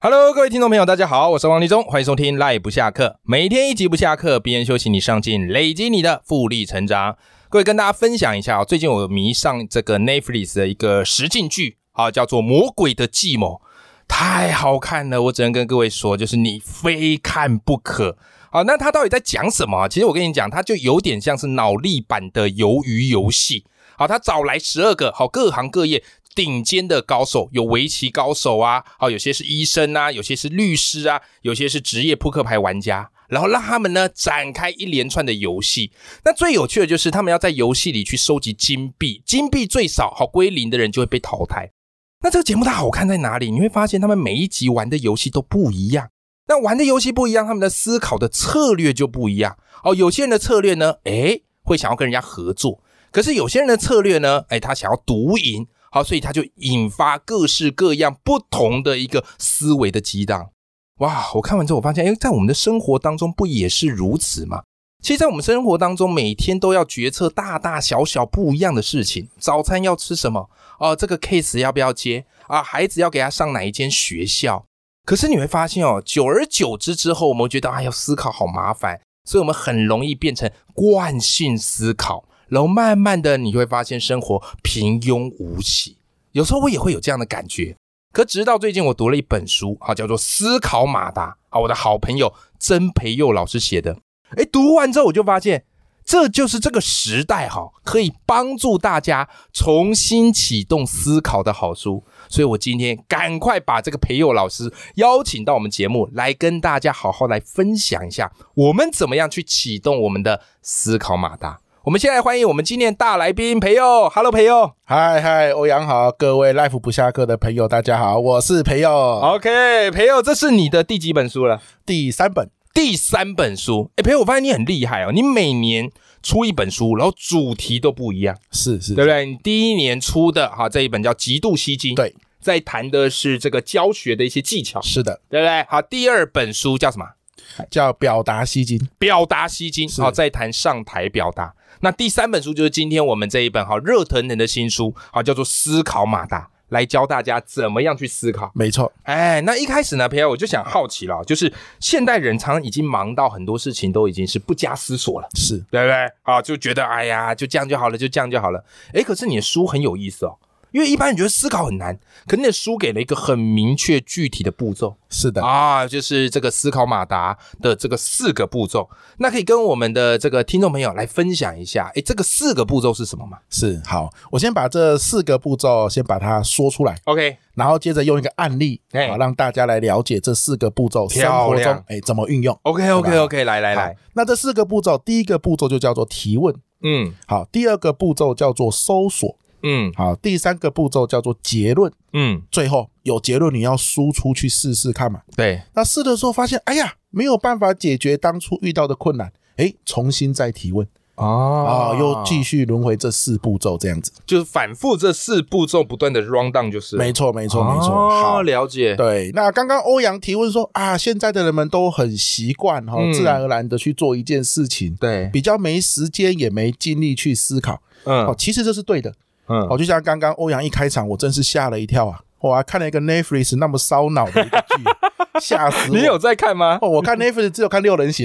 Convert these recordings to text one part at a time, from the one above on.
Hello， 各位听众朋友，大家好，我是王立忠，欢迎收听赖不下课，每天一集不下课，边休息你上进，累积你的复利成长。各位跟大家分享一下最近我迷上这个 Netflix 的一个实境剧叫做《魔鬼的计谋》，太好看了，我只能跟各位说，就是你非看不可。好，那它到底在讲什么？其实我跟你讲，它就有点像是脑力版的鱿鱼游戏。好，他找来12个各行各业顶尖的高手，有围棋高手啊，有些是医生啊，有些是律师啊，有些是职业扑克牌玩家，然后让他们呢展开一连串的游戏。那最有趣的就是他们要在游戏里去收集金币，金币最少归零的人就会被淘汰。那这个节目它好看在哪里？你会发现他们每一集玩的游戏都不一样。那玩的游戏不一样，他们的思考的策略就不一样。有些人的策略呢，会想要跟人家合作，可是有些人的策略呢，他想要独赢。好，所以他就引发各式各样不同的一个思维的激荡。哇，我看完之后我发现，在我们的生活当中不也是如此吗？其实在我们生活当中每天都要决策大大小小不一样的事情，早餐要吃什么？这个 case 要不要接？孩子要给他上哪一间学校？可是你会发现久而久之之后，我们会觉得要思考好麻烦，所以我们很容易变成惯性思考。然后慢慢的你会发现生活平庸无奇，有时候我也会有这样的感觉。可直到最近我读了一本书叫做《思考马达》，我的好朋友曾培佑老师写的。读完之后我就发现，这就是这个时代可以帮助大家重新启动思考的好书。所以我今天赶快把这个培佑老师邀请到我们节目来跟大家好好来分享一下，我们怎么样去启动我们的思考马达。我们先来欢迎我们今天大来宾培佑。 Hello 培佑。 嗨，欧阳好，各位 Life 不下课的朋友大家好，我是培佑。 OK， 培佑，这是你的第几本书了？ 第三本书。培佑，我发现你很厉害你每年出一本书，然后主题都不一样。 是对不对？你第一年出的这一本叫极度吸睛， 对， 在谈的是这个教学的一些技巧， 是的， 对不对？好，第二本书叫什么？ 叫表达吸睛， 在谈上台表达。那第三本书就是今天我们这一本热腾腾的新书叫做思考马达，来教大家怎么样去思考。 没错。 那一开始呢，培佑我就想好奇了，就是现代人常常已经忙到很多事情都已经是不加思索了， 是对不对？就觉得就这样就好了，可是你的书很有意思因为一般人觉得思考很难，可你的书给了一个很明确具体的步骤。 是的就是这个思考马达的这个4个步骤。那可以跟我们的这个听众朋友来分享一下这个4个步骤是什么吗？ 是，好，我先把这4个步骤先把它说出来 OK， 然后接着用一个案例让大家来了解这4个步骤生活中怎么运用。 OK， 来。 那这4个步骤，第一个步骤就叫做提问，好，第二个步骤叫做搜索，好，第3个步骤叫做结论，最后有结论你要输出去试试看嘛。 对， 那试的时候发现没有办法解决当初遇到的困难，重新再提问又继续轮回这4步骤，这样子就是反复这4步骤不断的 run down 就是了。 没错好， 了解。 对，那刚刚欧阳提问说现在的人们都很习惯自然而然的去做一件事情， 对， 比较没时间也没精力去思考。其实这是对的。就像刚刚欧阳一开场，我真是吓了一跳我还看了一个 Netflix 那么烧脑的一个剧吓死我。 你有在看吗？ 我看 Netflix 只有看6人行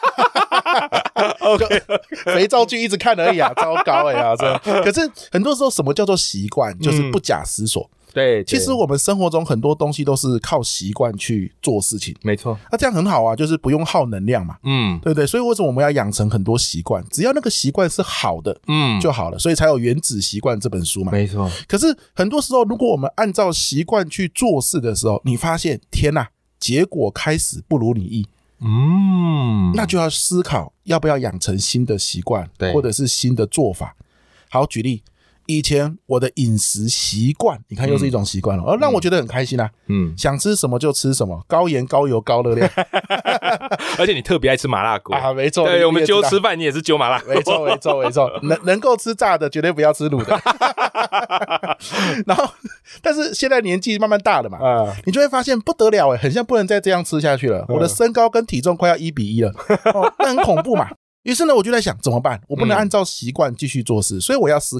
OK， 肥皂剧一直看而已糟糕可是很多时候什么叫做习惯，就是不假思索。 对， 其实我们生活中很多东西都是靠习惯去做事情， 没错。 那这样很好就是不用耗能量嘛，对不对？所以为什么我们要养成很多习惯？只要那个习惯是好的，就好了。所以才有《原子习惯》这本书嘛， 没错。 可是很多时候，如果我们按照习惯去做事的时候，你发现天哪，结果开始不如你意，那就要思考要不要养成新的习惯，或者是新的做法。好，举例。以前我的饮食习惯，你看又是一种习惯了，让我觉得很开心想吃什么就吃什么，高盐高油高热量而且你特别爱吃麻辣锅没错。 对，我们揪吃饭你也是揪麻辣锅， 没错能够吃炸的绝对不要吃卤的然后但是现在年纪慢慢大了嘛，你就会发现不得了很像不能再这样吃下去了，我的身高跟体重快要1:1了那很恐怖嘛。于是呢我就在想怎么办，我不能按照习惯继续做事，所以我要思考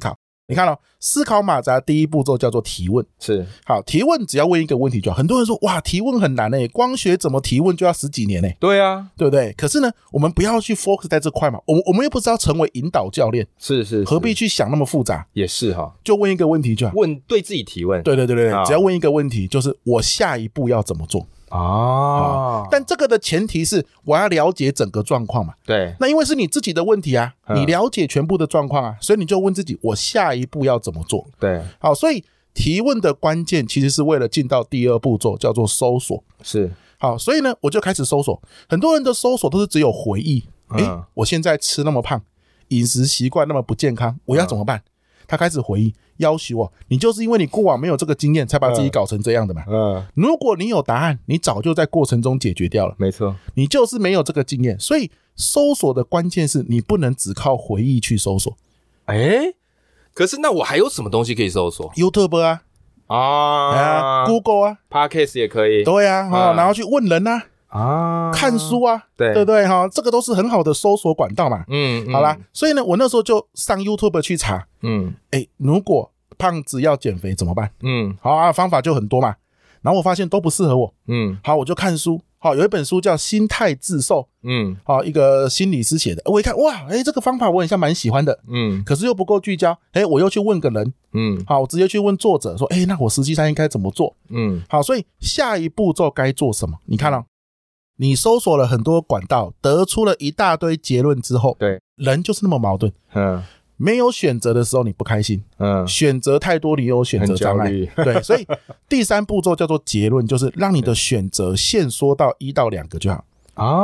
你看思考马扎第一步骤叫做提问。 是， 好，提问只要问一个问题就好。很多人说哇，提问很难光学怎么提问就要10几年对啊， 对不对？可是呢，我们不要去 focus 在这块嘛，我们又不是要成为引导教练， 是， 何必去想那么复杂？ 也是就问一个问题就好， 对自己提问。 对，只要问一个问题，就是我下一步要怎么做。但这个的前提是我要了解整个状况嘛。 对， 那因为是你自己的问题啊，你了解全部的状况啊，所以你就问自己我下一步要怎么做。 对， 好，所以提问的关键其实是为了进到第二步骤，叫做搜索。 是， 好，所以呢我就开始搜索。很多人的搜索都是只有回忆，我现在吃那么胖，饮食习惯那么不健康，我要怎么办？他开始回忆，要求你就是因为你过往没有这个经验才把自己搞成这样的嘛。如果你有答案，你早就在过程中解决掉了。 没错， 你就是没有这个经验，所以搜索的关键是你不能只靠回忆去搜索。 可是那我还有什么东西可以搜索？ YouTube 啊Google 啊 Podcast 也可以。 对啊，然后去问人看书对不对这个都是很好的搜索管道嘛。好啦，所以呢我那时候就上 YouTube 去查，如果胖子要减肥怎么办？好方法就很多嘛，然后我发现都不适合我。好，我就看书。好，有一本书叫心态致瘦，一个心理师写的。我一看，哇，这个方法我很像蛮喜欢的，可是又不够聚焦。我又去问个人，好，我直接去问作者说，那我实际上应该怎么做？好，所以下一步骤该做什么？你看你搜索了很多管道，得出了一大堆结论之后， 对， 人就是那么矛盾。没有选择的时候你不开心，选择太多你有选择障碍，对，所以第3步骤叫做结论，就是让你的选择限缩到1到2个就好。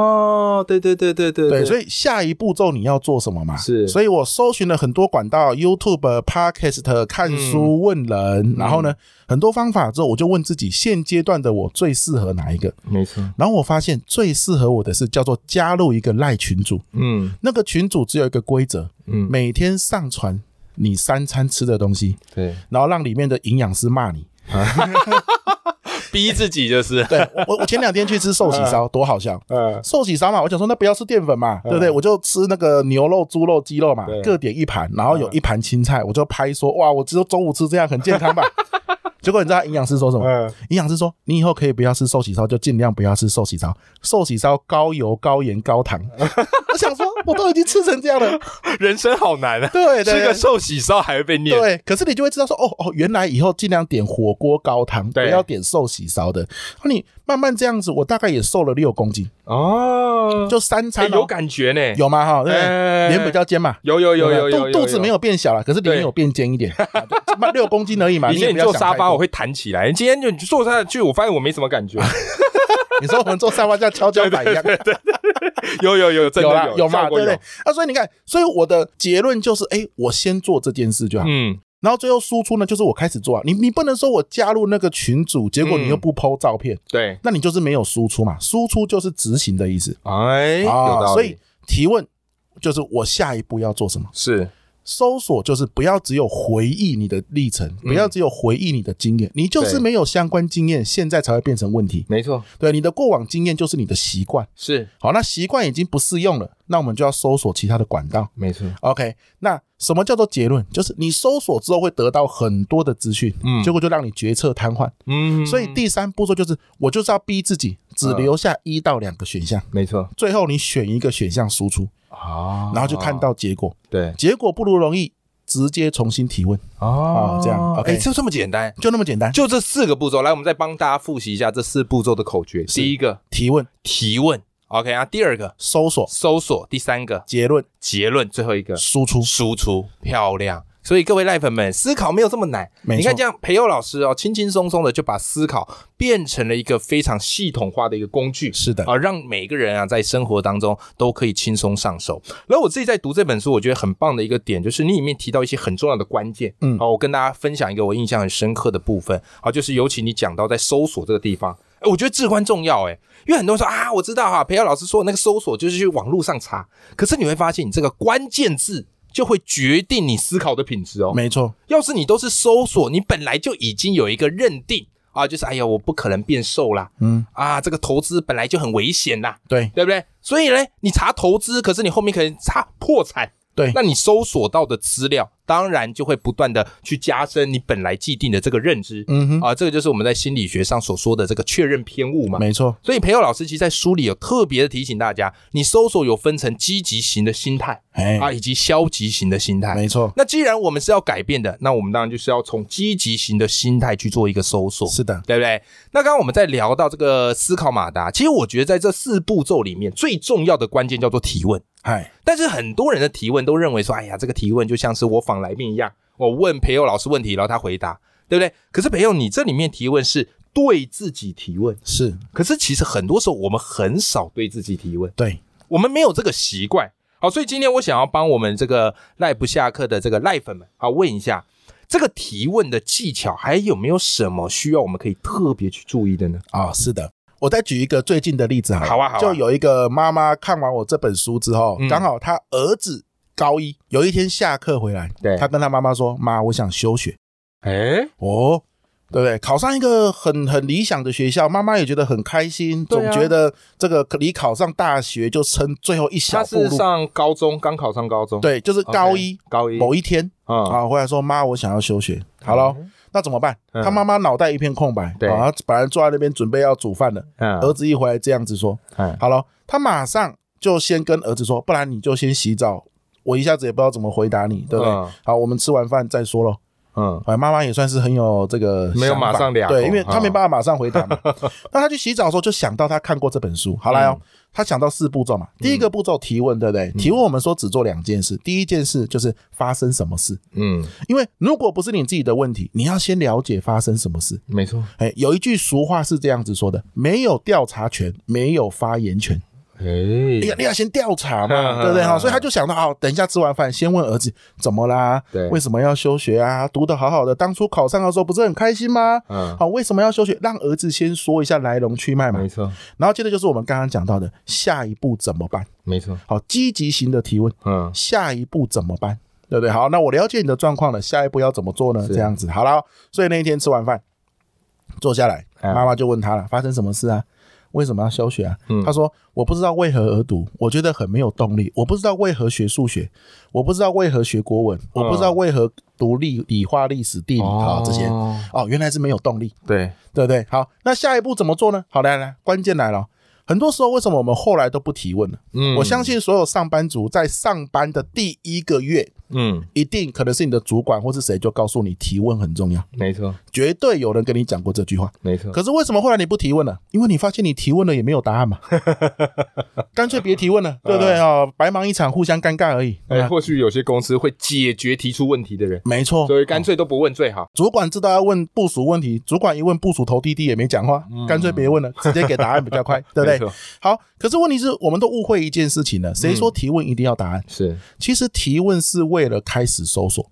对，所以下一步骤你要做什么嘛？是，所以我搜寻了很多管道 YouTube Podcast 看书问人，然后呢很多方法之后我就问自己现阶段的我最适合哪一个。 没错， 然后我发现最适合我的是叫做加入一个LINE群组。那个群组只有一个规则，每天上传你3餐吃的东西，对，然后让里面的营养师骂你逼自己就是。 对，我前2天去吃寿喜烧，多好笑。寿喜烧嘛，我想说那不要吃淀粉嘛，对不对？我就吃那个牛肉、猪肉、鸡肉嘛，各点1盘，然后有1盘青菜，我就拍说哇，我只有中午吃这样很健康吧。结果你知道营养师说什么？营养师说你以后可以不要吃寿喜烧，就尽量不要吃寿喜烧。寿喜烧高油、高盐、高糖。我想说我都已经吃成这样了， 人生好难啊。 对， 吃个寿喜烧还会被念。 对，可是你就会知道说原来以后尽量点火锅高汤，不要点寿喜烧的。你慢慢这样子，我大概也瘦了6公斤。就3餐有感觉呢。 有吗？对，脸比较尖嘛。 有， 肚子没有变小了，可是脸有变尖一点。6公斤而已嘛。 以前你坐沙发我会弹起来，今天就坐下去我发现我没什么感觉。 你说我们坐沙发像跷跷板一样。 对，有真的有嘛，对不对？所以你看，所以我的结论就是我先做这件事就好。然后最后输出呢，就是我开始做你不能说我加入那个群组，结果你又不 po 照片，对，那你就是没有输出嘛。输出就是执行的意思。有道理。所以提问就是我下一步要做什么。是。搜索就是不要只有回忆你的历程，不要只有回忆你的经验，你就是没有相关经验，现在才会变成问题。没错，对，你的过往经验就是你的习惯。是，好，那习惯已经不适用了，那我们就要搜索其他的管道。没错 ，OK， 那什么叫做结论？就是你搜索之后会得到很多的资讯，结果就让你决策瘫痪。所以第3步骤就是我就是要逼自己只留下1到2个选项。没错，最后你选一个选项输出。然后就看到结果，对，结果不如容易，直接重新提问。这样 OK， 就这么简单， 就那么简单， 就这4个步骤。来，我们再帮大家复习一下这4步骤的口诀。第1个提问 OK 啊，第2个搜索， 第3个结论， 最后一个输出， 漂亮。所以各位赖粉们，思考没有这么难。你看这样，培佑老师轻轻松松的就把思考变成了一个非常系统化的一个工具。是的，让每个人在生活当中都可以轻松上手。然后我自己在读这本书，我觉得很棒的一个点就是你里面提到一些很重要的关键。我跟大家分享一个我印象很深刻的部分。就是尤其你讲到在搜索这个地方，我觉得至关重要。因为很多人说我知道培佑老师说的那个搜索就是去网络上查，可是你会发现你这个关键字就会决定你思考的品质没错，要是你都是搜索，你本来就已经有一个认定就是我不可能变瘦啦，这个投资本来就很危险啦，对不对？所以呢，你查投资，可是你后面可能查破产， 对， 那你搜索到的资料当然就会不断的去加深你本来既定的这个认知。这个就是我们在心理学上所说的这个确认偏误嘛。 没错。 所以培祐老师其实在书里有特别的提醒大家，你搜索有分成积极型的心态以及消极型的心态。 没错。 那既然我们是要改变的，那我们当然就是要从积极型的心态去做一个搜索。 是的， 对不对？那刚刚我们在聊到这个思考马达，其实我觉得在这4步骤里面最重要的关键叫做提问。但是很多人的提问都认为说，哎呀，这个提问就像是我访来宾一样，我问培祐老师问题，然后他回答，对不对？可是培祐，你这里面提问是对自己提问， 是。 可是其实很多时候我们很少对自己提问， 对， 我们没有这个习惯。好，所以今天我想要帮我们这个赖不下课的这个赖粉们，好，问一下这个提问的技巧，还有没有什么需要我们可以特别去注意的呢？ 是的。我再举一个最近的例子好啊，就有一个妈妈看完我这本书之后，刚好她儿子高一，有一天下课回来，她跟她妈妈说：“妈，我想休学。”对不对？考上一个很理想的学校，妈妈也觉得很开心，总觉得这个离考上大学就剩最后一小步路。 他是上高中，刚考上高中， 对，就是高一某一天回来说：“妈，我想要休学。”好了，那怎么办？他妈妈脑袋一片空白，他本来坐在那边准备要煮饭了，儿子一回来这样子说，好了，他马上就先跟儿子说：“不然你就先洗澡，我一下子也不知道怎么回答你，对不对？好，我们吃完饭再说咯。”妈妈也算是很有这个没有马上聊， 对，因为他没办法马上回答嘛。那他去洗澡的时候就想到他看过这本书，好来他想到4步骤嘛。第一个步骤提问，对不对？提问我们说只做2件事，第一件事就是发生什么事。因为如果不是你自己的问题，你要先了解发生什么事。 没错。 有一句俗话是这样子说的：没有调查权，没有发言权。你要先调查嘛，对不对？所以他就想到，等一下吃完饭先问儿子怎么啦，为什么要休学啊？读得好好的，当初考上的时候不是很开心吗？为什么要休学？让儿子先说一下来龙去脉嘛。 没错。 然后接着就是我们刚刚讲到的下一步怎么办？ 没错。 好，积极型的提问。下一步怎么办？对不对？好，那我了解你的状况了，下一步要怎么做呢？这样子好了。所以那一天吃完饭坐下来，妈妈就问他了，发生什么事啊？为什么要休学啊？他说：“我不知道为何而读，我觉得很没有动力。我不知道为何学数学，我不知道为何学国文，我不知道为何读理化、历史、地理这些。原来是没有动力，对不对？好，那下一步怎么做呢？好，来，关键来了。很多时候为什么我们后来都不提问了？我相信所有上班族在上班的第1个月，一定可能是你的主管或是谁就告诉你提问很重要。没错，绝对有人跟你讲过这句话。没错。可是为什么后来你不提问了？因为你发现你提问了也没有答案嘛，干脆别提问了，对不对？白忙一场，互相尴尬而已。 或许有些公司会解决提出问题的人， 没错， 所以干脆都不问最好。 主管知道要问部属问题，主管一问部属头低低也没讲话，干脆别问了，直接给答案比较快，对不对？好，可是问题是我们都误会一件事情了，谁说提问一定要答案？是，其实提问是为了开始搜索。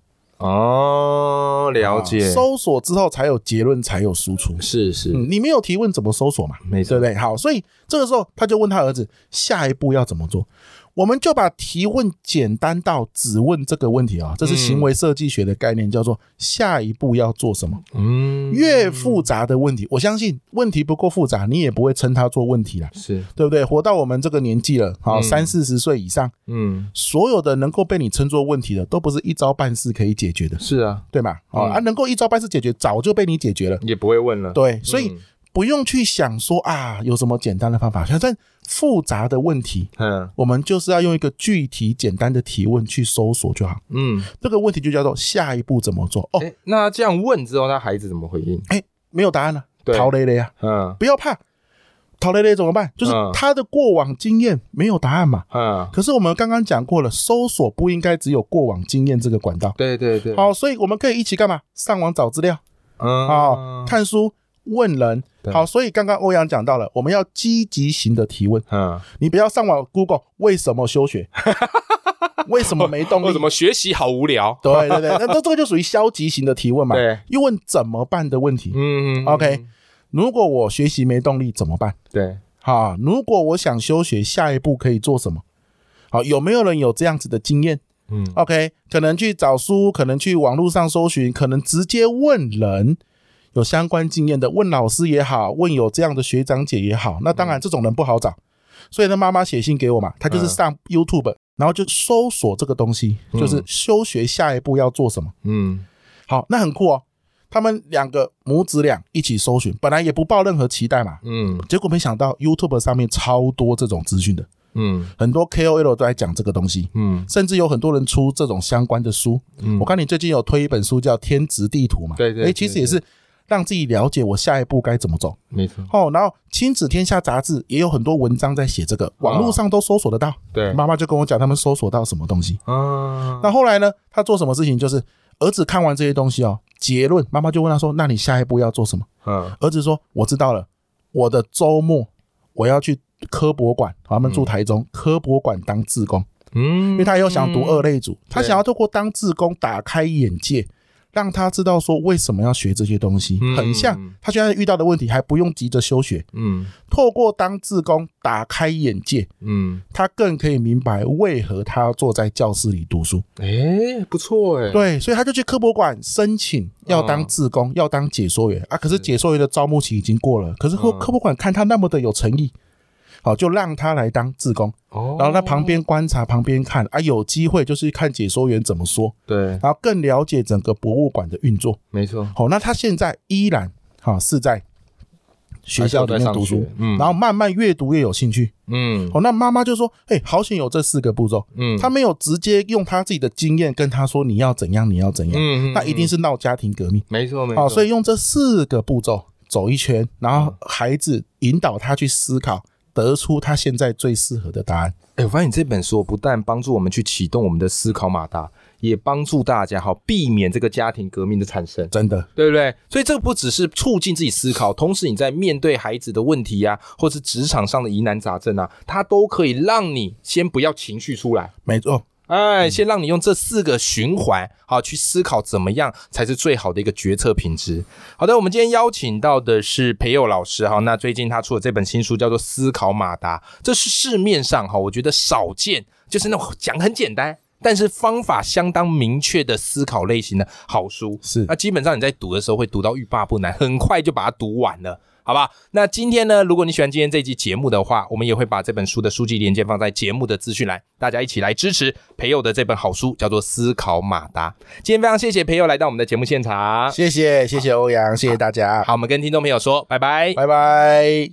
了解。搜索之后才有结论，才有输出。是，你没有提问怎么搜索嘛？没错，对不对？好，所以这个时候他就问他儿子下一步要怎么做。我们就把提问简单到只问这个问题这是行为设计学的概念，叫做下一步要做什么。越复杂的问题，我相信问题不够复杂，你也不会称它做问题啦，是，对不对？活到我们这个年纪了，30-40岁以上，所有的能够被你称作问题的，都不是一招半式可以解决的，是啊，对吗？能够一招半式解决，早就被你解决了，也不会问了。对，所以不用去想说有什么简单的方法，反正复杂的问题我们就是要用一个具体简单的提问去搜索就好。这个问题就叫做下一步怎么做。那这样问之后他孩子怎么回应？没有答案了，逃累累啊。不要怕，逃累累怎么办？就是他的过往经验没有答案嘛。可是我们刚刚讲过了，搜索不应该只有过往经验这个管道。对，好，所以我们可以一起干嘛？上网找资料，看书，问人。好，所以刚刚欧阳讲到了，我们要积极型的提问。你不要上网 Google 为什么休学，为什么没动力，为什么学习好无聊。对，那这个就属于消极型的提问嘛。对，又问怎么办的问题。OK， 如果我学习没动力怎么办？对，好，如果我想休学，下一步可以做什么？好，有没有人有这样子的经验？OK， 可能去找书，可能去网络上搜寻，可能直接问人有相关经验的，问老师也好，问有这样的学长姐也好。那当然这种人不好找，所以呢妈妈写信给我嘛，她就是上 YouTube 然后就搜索这个东西，就是休学下一步要做什么。好，那很酷哦。他们两个母子俩一起搜寻，本来也不抱任何期待嘛，结果没想到 YouTube 上面超多这种资讯的，很多 KOL 都在讲这个东西，甚至有很多人出这种相关的书。我看你最近有推一本书叫《天职地图》嘛， 对， 其实也是让自己了解我下一步该怎么走。 没错。 然后亲子天下杂志也有很多文章在写这个，网络上都搜索得到。 对， 妈妈就跟我讲他们搜索到什么东西。那后来呢，他做什么事情，就是儿子看完这些东西结论妈妈就问他说，那你下一步要做什么？儿子说，我知道了，我的周末我要去科博馆，他们住台中，科博馆当志工。因为他又想读二类组，他想要透过当志工打开眼界，让他知道说为什么要学这些东西，很像他现在遇到的问题，还不用急着休学。透过当志工打开眼界，他更可以明白为何他要坐在教室里读书。 不错对，所以他就去科博馆申请要当志工，要当解说员啊。可是解说员的招募期已经过了，可是科博馆看他那么的有诚意，好，就让他来当志工。然后在旁边观察，旁边看啊，有机会就是看解说员怎么说， 对， 然后更了解整个博物馆的运作。 没错。 那他现在依然是在学校里面读书，然后慢慢越读越有兴趣。那妈妈就说，好险有这4个步骤。他没有直接用他自己的经验跟他说你要怎样你要怎样，那一定是闹家庭革命。 没错没错。 所以用这4个步骤走一圈，然后孩子引导他去思考，得出他现在最适合的答案。 我发现你这本书不但帮助我们去启动我们的思考马达，也帮助大家避免这个家庭革命的产生。 真的， 对不对？所以这个不只是促进自己思考，同时你在面对孩子的问题啊，或是职场上的疑难杂症啊，它都可以让你先不要情绪出来。 没错。 先让你用这4个循环去思考怎么样才是最好的一个决策品质。好的，我们今天邀请到的是培祐老师。那最近他出了这本新书叫做《思考马达》，这是市面上我觉得少见，就是那种讲很简单但是方法相当明确的思考类型的好书。 是， 那基本上你在读的时候会读到欲罢不能，很快就把它读完了。好吧，那今天呢，如果你喜欢今天这集节目的话，我们也会把这本书的书籍连结放在节目的资讯栏，大家一起来支持培祐的这本好书，叫做《思考马达》。今天非常谢谢培祐来到我们的节目现场， 谢谢欧阳，谢谢大家。 好，我们跟听众朋友说拜拜， 拜拜。